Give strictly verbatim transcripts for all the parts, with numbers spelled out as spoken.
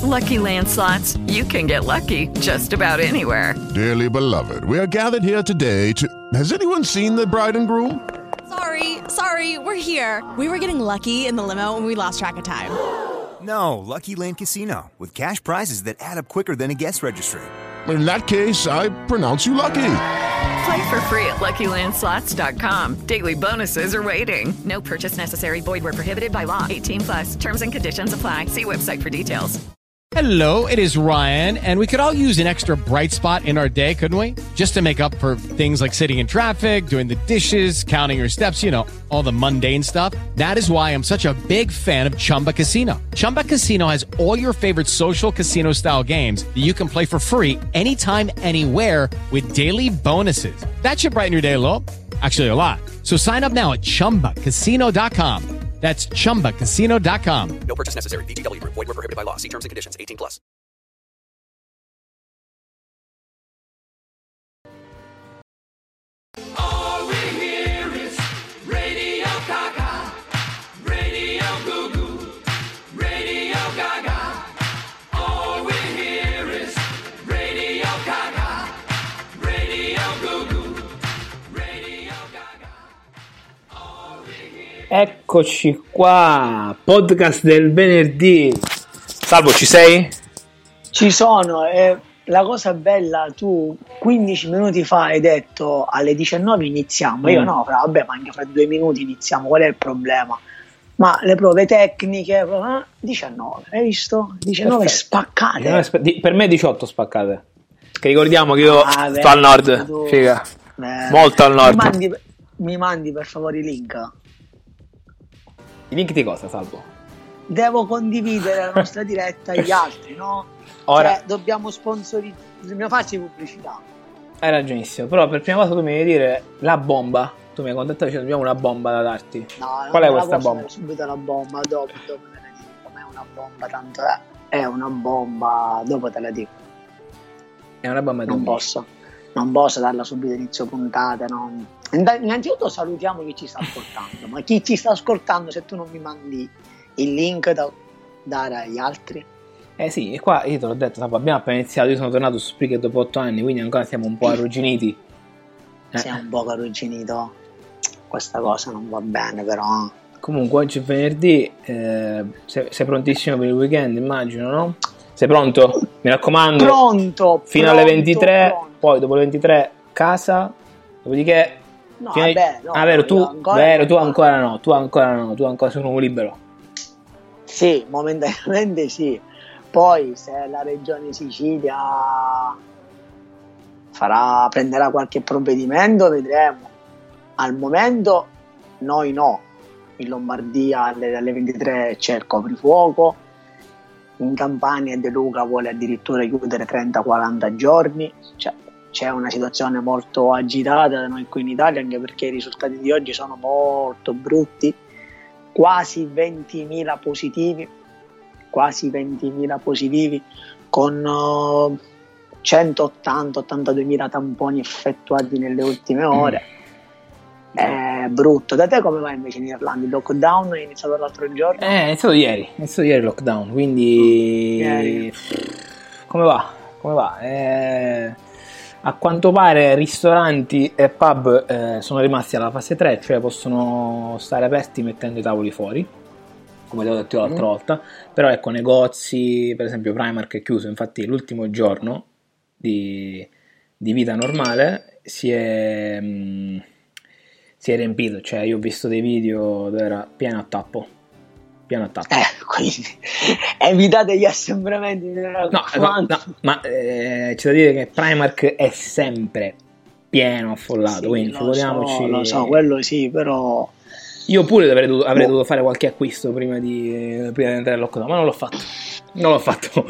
Lucky Land Slots, you can get lucky just about anywhere. Dearly beloved, we are gathered here today to... Has anyone seen the bride and groom? Sorry, sorry, we're here. We were getting lucky in the limo and we lost track of time. No, Lucky Land Casino, with cash prizes that add up quicker than a guest registry. In that case, I pronounce you lucky. Play for free at Lucky Land Slots dot com. Daily bonuses are waiting. No purchase necessary. Void where prohibited by law. eighteen plus. Terms and conditions apply. See website for details. Hello, it is Ryan, and we could all use an extra bright spot in our day, couldn't we? Just to make up for things like sitting in traffic, doing the dishes, counting your steps, you know, all the mundane stuff. That is why I'm such a big fan of Chumba Casino. Chumba Casino has all your favorite social casino-style games that you can play for free anytime, anywhere with daily bonuses. That should brighten your day a little. Actually, a lot. So sign up now at chumba casino dot com. That's chumba casino dot com. No purchase necessary. V G W Group. Void where prohibited by law. See terms and conditions. eighteen plus. All we hear is Radio Gaga, Radio Goo Goo, Radio Gaga. All we hear is Radio Gaga, Radio Goo Goo, Radio Gaga. All we hear... Eccoci qua, podcast del venerdì. Salvo, ci sei? Ci sono, e la cosa bella, tu quindici minuti fa hai detto alle diciannove iniziamo, io Mm. no, fra, vabbè, ma anche fra due minuti iniziamo, qual è il problema? Ma le prove tecniche, eh, diciannove, hai visto? diciannove Perfetto. spaccate. diciannove spa- di- per me diciotto spaccate. Che ricordiamo che io Ah, sto al nord, vedi, tu- figa. eh, Molto al nord. Mi mandi, mi mandi per favore i link? I link di cosa, Salvo? Devo condividere la nostra diretta agli altri, no? Ora- Cioè, dobbiamo sponsorizzare, dobbiamo farci pubblicità. Hai ragionissimo, però per prima cosa tu mi devi dire la bomba. Tu mi hai contattato dicendo abbiamo una bomba da darti. No, Qual è non me la questa posso bomba? dare subito la bomba, dopo, dopo te la dico. Ma è una bomba, tanto è, è una bomba, dopo te la dico. È una bomba di Non un posso, non posso darla subito inizio puntata, no. Inda- Innanzitutto salutiamo chi ci sta ascoltando, ma chi ci sta ascoltando, se tu non mi mandi il link da dare agli altri, Eh sì, e qua io te l'ho detto, Salvo, abbiamo appena iniziato, io sono tornato su Spreaker dopo otto anni, quindi ancora siamo un po' arrugginiti. Eh. sei un po' arrugginito. Questa cosa non va bene, però. Comunque oggi è venerdì, eh, sei, sei prontissimo per il weekend, immagino, no? Sei pronto? Mi raccomando, Pronto! fino pronto, alle ventitré, pronto. poi dopo le ventitré casa, dopodiché... No, fino ai- vabbè, no, ah, vero, tu, io ancora- vero, tu ancora no, tu ancora no, tu ancora sei un uomo libero. Sì, momentaneamente sì. Poi se la regione Sicilia farà, prenderà qualche provvedimento, vedremo. Al momento noi no. In Lombardia alle, alle ventitré c'è il coprifuoco. In Campania De Luca vuole addirittura chiudere trenta quaranta giorni. Cioè, c'è una situazione molto agitata da noi qui in Italia, anche perché i risultati di oggi sono molto brutti. Quasi ventimila positivi, quasi ventimila positivi, con uh, centottanta ottantaduemila tamponi effettuati nelle ultime ore. È brutto. Da te come va invece in Irlanda? Il lockdown è iniziato l'altro giorno? Eh, è iniziato ieri, è iniziato ieri il lockdown, quindi... Ieri. Come va? Come va? Eh, a quanto pare ristoranti e pub eh, sono rimasti alla fase tre, cioè possono stare aperti mettendo i tavoli fuori, come ti ho detto l'altra Mm. volta, però ecco, negozi, per esempio Primark è chiuso, infatti l'ultimo giorno di, di vita normale si è, mh, si è riempito, cioè io ho visto dei video dove era pieno a tappo, pieno a tappo. Eh, quindi evitate gli assembramenti, mi No, no, raccomando. no, ma eh, c'è da dire che Primark è sempre pieno, affollato, Sì, quindi lo figuriamoci. so, lo so, quello sì, però Io pure avrei dovuto, avrei Boh. dovuto fare qualche acquisto prima di, prima di entrare al lockdown, ma non l'ho fatto. Non l'ho fatto.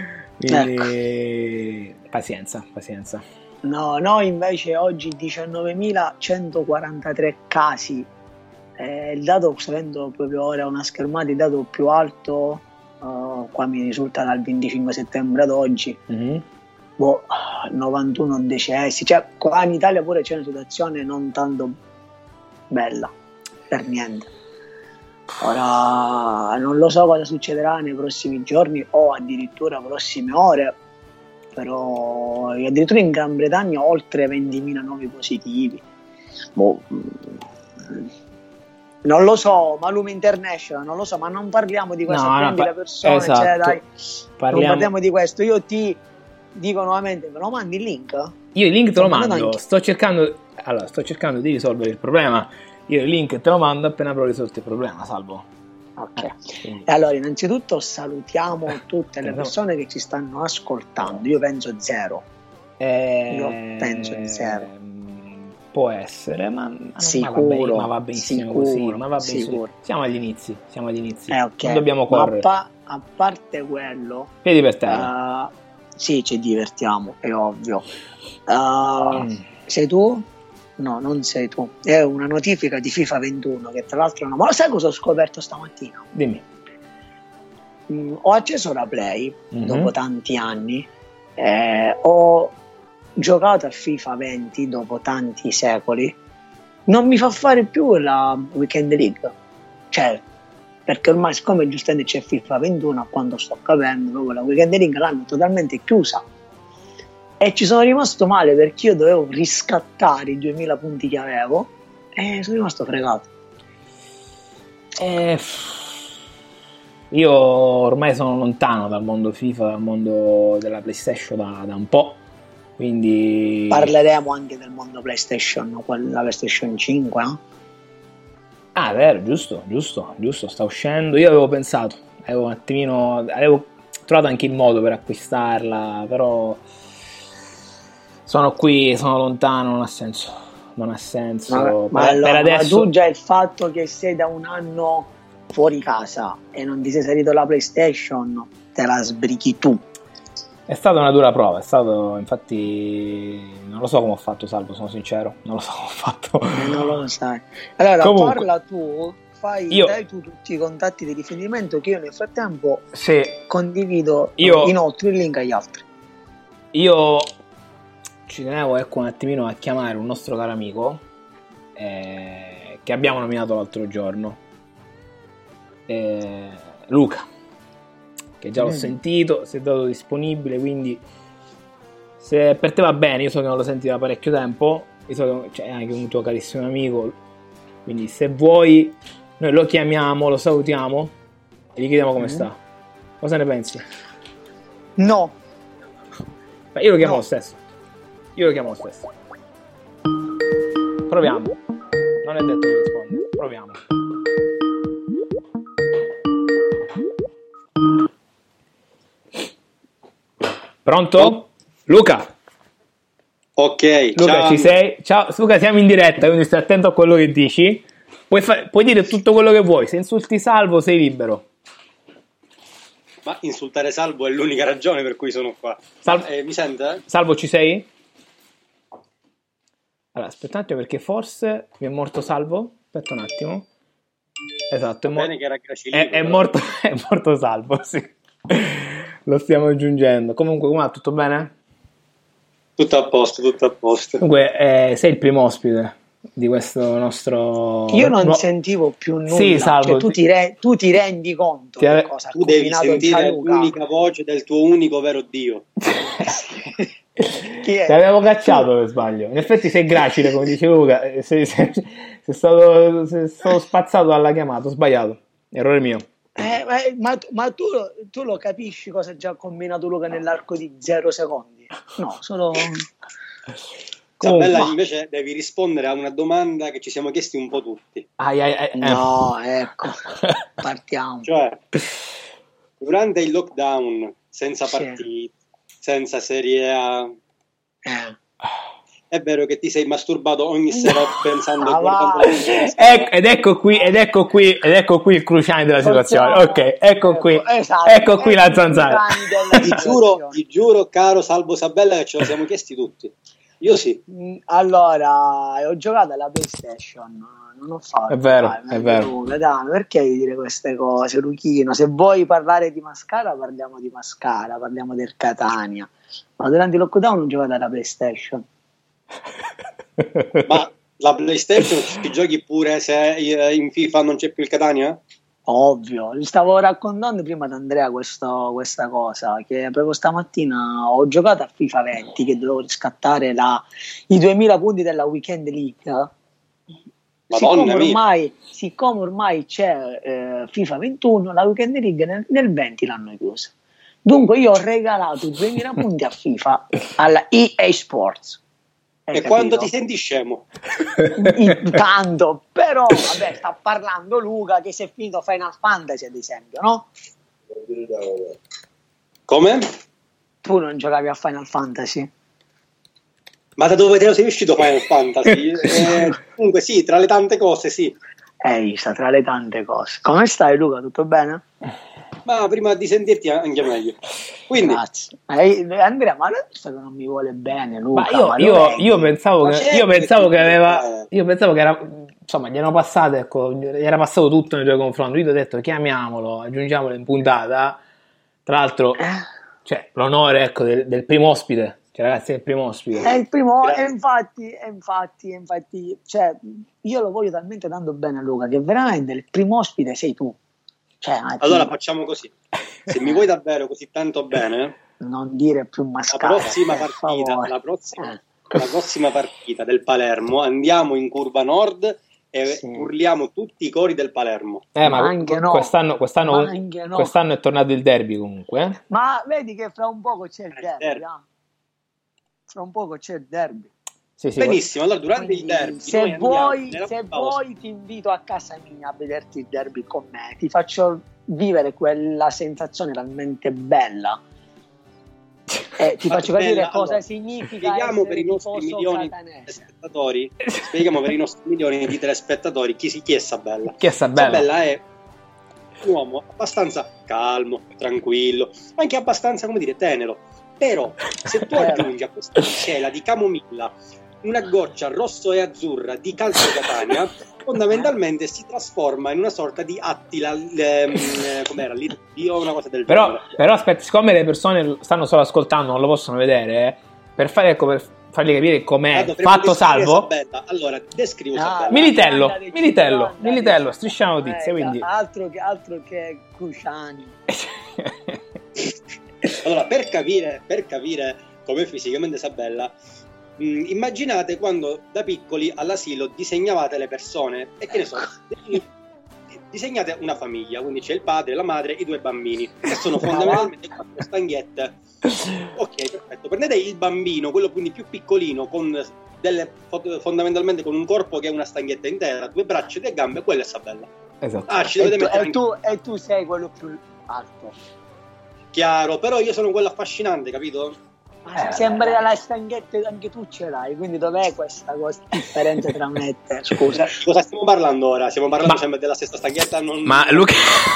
Quindi pazienza, pazienza. no, noi invece oggi diciannovemilacentoquarantatré casi. Eh, il dato, sto avendo proprio ora una schermata, il dato più alto, eh, qua mi risulta dal venticinque settembre ad oggi, Mhm. boh, novantuno decessi, cioè qua in Italia pure c'è una situazione non tanto bella, per niente. Ora non lo so cosa succederà nei prossimi giorni o addirittura prossime ore, però addirittura in Gran Bretagna oltre ventimila nuovi positivi. Boh, non lo so, Malum International, non lo so, ma non parliamo di questo, No, no, prendi pa- le persone, esatto. cioè, dai, Parliamo- non parliamo di questo. Io ti dico nuovamente, me lo mandi il link? Io il link te lo Sto mandando mando, anche- sto cercando, allora, sto cercando di risolvere il problema. Io il link te lo mando appena avrò risolto il problema, Salvo. Ok. Quindi- E allora, innanzitutto salutiamo tutte le Eh, no. persone che ci stanno ascoltando. Io penso zero. Eh, Io penso zero. Può essere, ma, ma non- Sicuro, ma va, bene, ma va benissimo sicuro, così. Ma va benissimo. sicuro. Siamo agli inizi, siamo agli inizi. Eh, ok. Non dobbiamo Ma correre. a, pa- a parte quello, Piedi per terra. eh, sì, ci divertiamo, è ovvio. Eh, Mm. Sei tu? No, non sei tu. È una notifica di FIFA ventuno che tra l'altro non... Ma lo sai cosa ho scoperto stamattina? Dimmi. Mm, ho acceso la Play Mhm. dopo tanti anni, eh, ho giocato a FIFA venti dopo tanti secoli, non mi fa fare più la Weekend League, cioè, perché ormai siccome giustamente c'è FIFA ventuno, a quanto sto capendo proprio la Weekend League l'hanno totalmente chiusa e ci sono rimasto male perché io dovevo riscattare i duemila punti che avevo e sono rimasto fregato. Eh, io ormai sono lontano dal mondo FIFA, dal mondo della PlayStation da, da un po', quindi Parleremo anche del mondo PlayStation, quella PlayStation cinque, eh? ah, vero, giusto, giusto, giusto, sta uscendo. Io avevo pensato, avevo un attimino, avevo trovato anche il modo per acquistarla, però sono qui, sono lontano, non ha senso, non ha senso. Ma, per, ma allora, per adesso ma tu già il fatto che sei da un anno fuori casa e non ti sei salito la PlayStation, te la sbrichi tu. è stata una dura prova, è stato, infatti, non lo so come ho fatto, Salvo, sono sincero, non lo so come ho fatto. E non lo sai. Allora, Comunque, parla tu, fai, io- dai tu tutti i contatti di riferimento che io nel frattempo Se condivido, Io- inoltre il link agli altri. io ci tenevo, ecco, un attimino a chiamare un nostro caro amico eh, che abbiamo nominato l'altro giorno, eh, Luca, che già l'ho Mm. sentito, si è dato disponibile, quindi se per te va bene, io so che non lo senti da parecchio tempo, io so che cioè, è anche un tuo carissimo amico, quindi se vuoi noi lo chiamiamo, lo salutiamo e gli chiediamo come Mm. sta. Cosa ne pensi? No, Beh, io lo chiamo No. lo stesso. Io lo chiamo lo stesso. Proviamo. Non è detto che risponde. Proviamo. Pronto? Luca? Ok, Luca, ciao. ci sei? Ciao, Luca, siamo in diretta, quindi stai attento a quello che dici. Puoi, fa- puoi dire tutto quello che vuoi. Se insulti Salvo, sei libero. Ma insultare Salvo è l'unica ragione per cui sono qua. Sal- Eh, mi sente? Salvo, ci sei? Allora, aspetta un attimo perché forse mi è morto Salvo. Aspetta un attimo. Esatto, è, mo- Bene che era Gracilino. è, è però. morto, è morto Salvo, sì. Lo stiamo aggiungendo. Comunque, com'è? Tutto bene? Tutto a posto, tutto a posto. Comunque, eh, sei il primo ospite di questo nostro... io non no- sentivo più nulla. Sì, Salvo, Cioè, tu, ti- ti re- tu ti rendi conto Ti ave- che cosa ha Tu devi combinato sentire Gianluca? l'unica voce del tuo unico vero Dio. Chi è? Ti avevo cacciato per sbaglio. In effetti sei gracile, come dice Luca. eh, Sei, sei- sei stato, sei stato spazzato dalla chiamata. Ho sbagliato. Errore mio. Eh, ma ma, ma tu, tu lo capisci cosa ha già combinato Luca nell'arco di zero secondi? No, solo... Sabella, ma- invece devi rispondere a una domanda che ci siamo chiesti un po' tutti. Ai, ai, ai, eh. No, ecco, partiamo. Cioè, durante il lockdown, senza Sì. partite, senza Serie A, Eh. è vero che ti sei masturbato ogni sera pensando Ah, e guardando vai. la finestra? Ecco, ed ecco qui, ed ecco qui, ed ecco qui il cruciale della situazione. Ok, ecco qui, Esatto, ecco qui la ecco i zanzara. cruciani della Ti giuro, situazione. ti giuro, caro Salvo Sabella, che ce lo siamo chiesti tutti. Io sì. Mm, Allora, ho giocato alla PlayStation, non ho fatto. È vero, dai, è ma vero. Luca, dai, perché devi dire queste cose, Luchino? Se vuoi parlare di Mascara, parliamo di Mascara, parliamo del Catania. Ma durante il lockdown ho giocato alla PlayStation. Ma la PlayStation ci giochi pure se eh, in FIFA non c'è più il Catania? Ovvio, stavo raccontando prima ad Andrea questo, questa cosa, che proprio stamattina ho giocato a FIFA venti, che dovevo riscattare la, i duemila punti della Weekend League. Siccome ormai, siccome ormai c'è eh, FIFA ventuno, la Weekend League nel, nel venti l'hanno chiusa. Dunque io ho regalato i duemila punti a FIFA alla E A Sports. E capito? quando ti senti scemo? Tanto, però vabbè, sta parlando Luca che si è finito Final Fantasy ad esempio, no? Come? Tu non giocavi a Final Fantasy? Ma da dove te lo sei uscito Final Fantasy? eh, comunque sì, tra le tante cose sì. Ehi, sta tra le tante cose. Come stai Luca? Tutto bene? Ma prima di sentirti anche meglio. Quindi, eh, Andrea, ma non so che non mi vuole bene Luca. Ma io, ma io, io pensavo Ma che certo io pensavo che che tu- aveva io pensavo che era, insomma, gli erano passate, ecco, gli era passato tutto nei tuoi confronti. Io ti ho detto chiamiamolo, aggiungiamolo in puntata. Tra l'altro, cioè, l'onore, ecco, del, del primo ospite. Cioè, ragazzi, è il primo ospite. È il primo, Grazie. e infatti, e infatti, e infatti, cioè, io lo voglio talmente tanto bene a Luca che veramente il primo ospite sei tu. Cioè, allora ti- facciamo così. Se mi vuoi davvero così tanto bene, non dire più la mascare. prossima per partita, favore. la prossima, Eh. la prossima partita del Palermo andiamo in curva nord e Sì. urliamo tutti i cori del Palermo. Eh, ma Ma anche no. quest'anno, quest'anno, Ma anche no. quest'anno è tornato il derby comunque. eh. Ma vedi che fra un poco c'è il Il derby. derby. ah. Fra un poco c'è il derby. Sì, sì, Benissimo, allora durante Quindi, il derby noi se andiamo vuoi, nella se pausa. vuoi ti invito a casa mia a vederti il derby con me, ti faccio vivere quella sensazione talmente bella e ti Ma faccio capire bella, cosa allora, significa spieghiamo essere per i nostri tifoso milioni di catanese. telespettatori, spieghiamo per i nostri milioni di telespettatori chi, si, chi è Sabella. Chi è Sabella? Sabella è un uomo abbastanza calmo, tranquillo, anche abbastanza, come dire, tenero. Però se tu aggiungi a questa miscela di camomilla una goccia rosso e azzurra di calcio Catania, fondamentalmente si trasforma in una sorta di Attila, ehm, com'era lì, io una cosa del Però, genere. però aspetta, siccome le persone stanno solo ascoltando, non lo possono vedere, eh, per fare, ecco, per fargli capire com'è Ah, dovremmo fatto descrivere salvo. Sabella. Allora, descrivo Ah, Sabella. Militello, Grande di Militello, grande Militello, di- striscia la notizia, Eh, quindi altro che, altro che Cruciani. Allora, per capire, per capire com'è fisicamente Sabella, mh, immaginate quando da piccoli all'asilo disegnavate le persone e che ne so, disegnate una famiglia, quindi c'è il padre, la madre, i due bambini, che sono fondamentalmente quattro stanghette. Ok, perfetto. Prendete il bambino, quello quindi più piccolino, con delle, fondamentalmente con un corpo che è una stanghetta intera, due braccia e due gambe, quello è Sabella. esatto. Ah, ci E dovete tu, mettere e, anche tu, e tu sei quello più alto. chiaro, però io sono quello affascinante, capito? Ma sembra la stanghetta anche tu ce l'hai, quindi dov'è questa cosa differenza tra me e te? Scusa. Cosa stiamo parlando ora? Stiamo parlando Ma- sempre della stessa stanghetta? Non... Ma Luca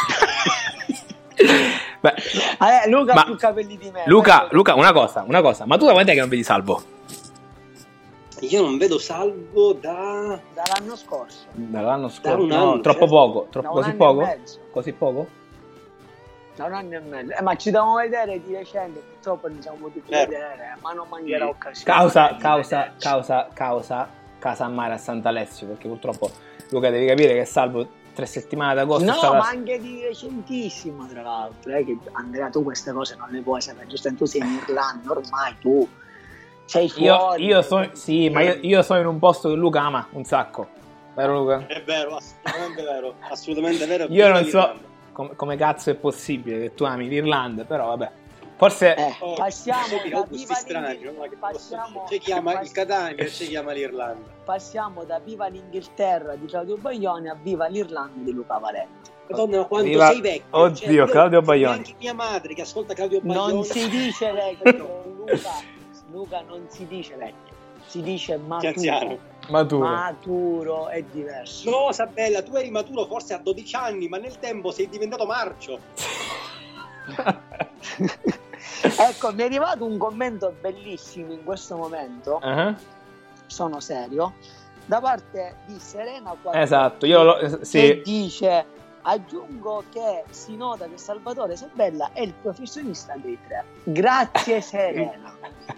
Beh, Eh, Luca Ma- ha più capelli di me. Luca, questo- Luca, una cosa, una cosa, ma tu da quant'è che non vedi Salvo? Io non vedo Salvo da... Dall'anno scorso. Dall'anno Da scorso, un no, anno, troppo certo. poco, troppo, Da un così anno poco? e mezzo. Così poco? Da un anno e mezzo. Eh, ma ci dobbiamo vedere di recente, purtroppo non siamo potuti Certo. vedere, ma non mancherà Sì. occasione. Causa, di causa, vederci. causa, causa Casa Mare a Sant'Alessio, perché purtroppo Luca devi capire che Salvo tre settimane d'agosto No, stava... ma anche di recentissimo, tra l'altro. Eh, che Andrea, tu queste cose non le puoi sapere. Giustamente tu sei in Irlanda, ormai tu sei Io, fuori. io sono, sì, ma io, io sono in un posto che Luca ama un sacco, vero Luca? È vero, assolutamente vero, assolutamente vero. Io non Viva so l'Irlanda. com- come cazzo è possibile che tu ami l'Irlanda, però vabbè, forse... Eh, Oh, passiamo sì, da Augusti viva strani, l'Inghilterra, ma che posso passiamo, dire? C'è chi ama il pass- Catania e c'è chi ama l'Irlanda. passiamo da viva l'Inghilterra di Claudio Baglioni a viva l'Irlanda di Luca Valenti. Madonna, quanto Viva- sei vecchio. Oddio, io- Claudio Baglioni. Anche mia madre che ascolta Claudio Baglioni. Non si dice vecchio, Luca. Luca non si dice vecchio, si dice Che maturo. anziano. Maturo. Maturo è diverso. No, Sabella, tu eri maturo forse a dodici anni, ma nel tempo sei diventato marcio. Ecco, mi è arrivato un commento bellissimo in questo momento, Ah, sono serio, da parte di Serena Quattro, esatto, io lo, eh, che sì, dice: aggiungo che si nota che Salvatore Sabella è il professionista dei tre. Grazie Serena.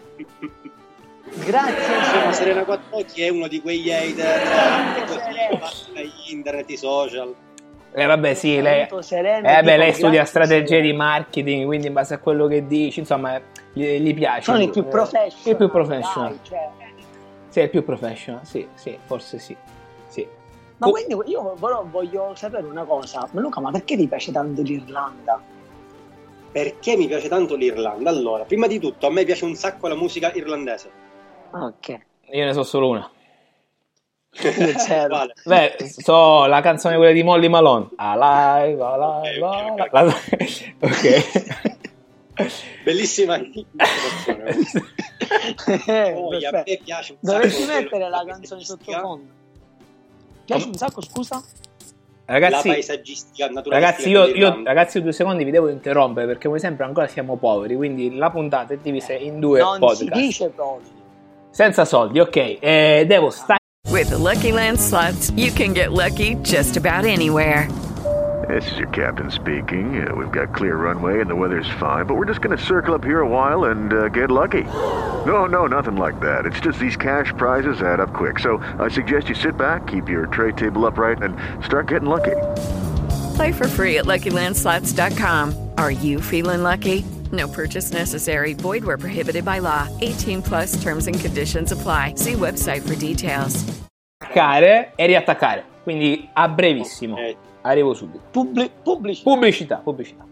Grazie Ma Serena. Serena Quattrocchi è uno di quegli hater eh, che così Serena. passa gli internet, i social. Eh vabbè sì, lei, Molto sereno, eh, beh, tipo lei studia grande strategie sereno. di marketing, quindi in base a quello che dici, insomma, gli, gli piace. Sono il più Eh, professional. Il più professional. dai, cioè. Sì, è il più professional, sì, sì, forse sì. sì. Ma Co- quindi io però voglio sapere una cosa. Ma Luca, ma perché ti piace tanto l'Irlanda? Perché mi piace tanto l'Irlanda? Allora, prima di tutto, a me piace un sacco la musica irlandese. Ok. Io ne so solo una. Io zero. Vale. Beh, so la canzone quella di Molly Malone. Alive, alive, alive. La- Ok. Bellissima informazione. Eh, Poi a perfetto. me piace un sacco Dovresti quello mettere che la fa canzone paesaggistica. sottofondo. Piace un sacco, scusa? Ragazzi, La paesaggistica naturalistica ragazzi, io, io, dell'Irlanda. ragazzi, due secondi vi devo interrompere perché come sempre ancora siamo poveri, quindi la puntata è divisa in due Non podcast. si dice proprio. Senza soldi, ok. Eh, devo stare. With the Lucky Land Slots, you can get lucky just about anywhere. This is your captain speaking. Uh, we've got clear runway and the weather's fine, but we're just going to circle up here a while and uh, get lucky. No, no, nothing like that. It's just these cash prizes add up quick. So I suggest you sit back, keep your tray table upright, and start getting lucky. Play for free at Lucky Land Slots dot com. Are you feeling lucky? No purchase necessary. Void where prohibited by law. eighteen plus terms and conditions apply. See website for details. Attaccare e riattaccare. Quindi a brevissimo. Ok. Arrivo subito. Publi- pubblici. Pubblicità, pubblicità.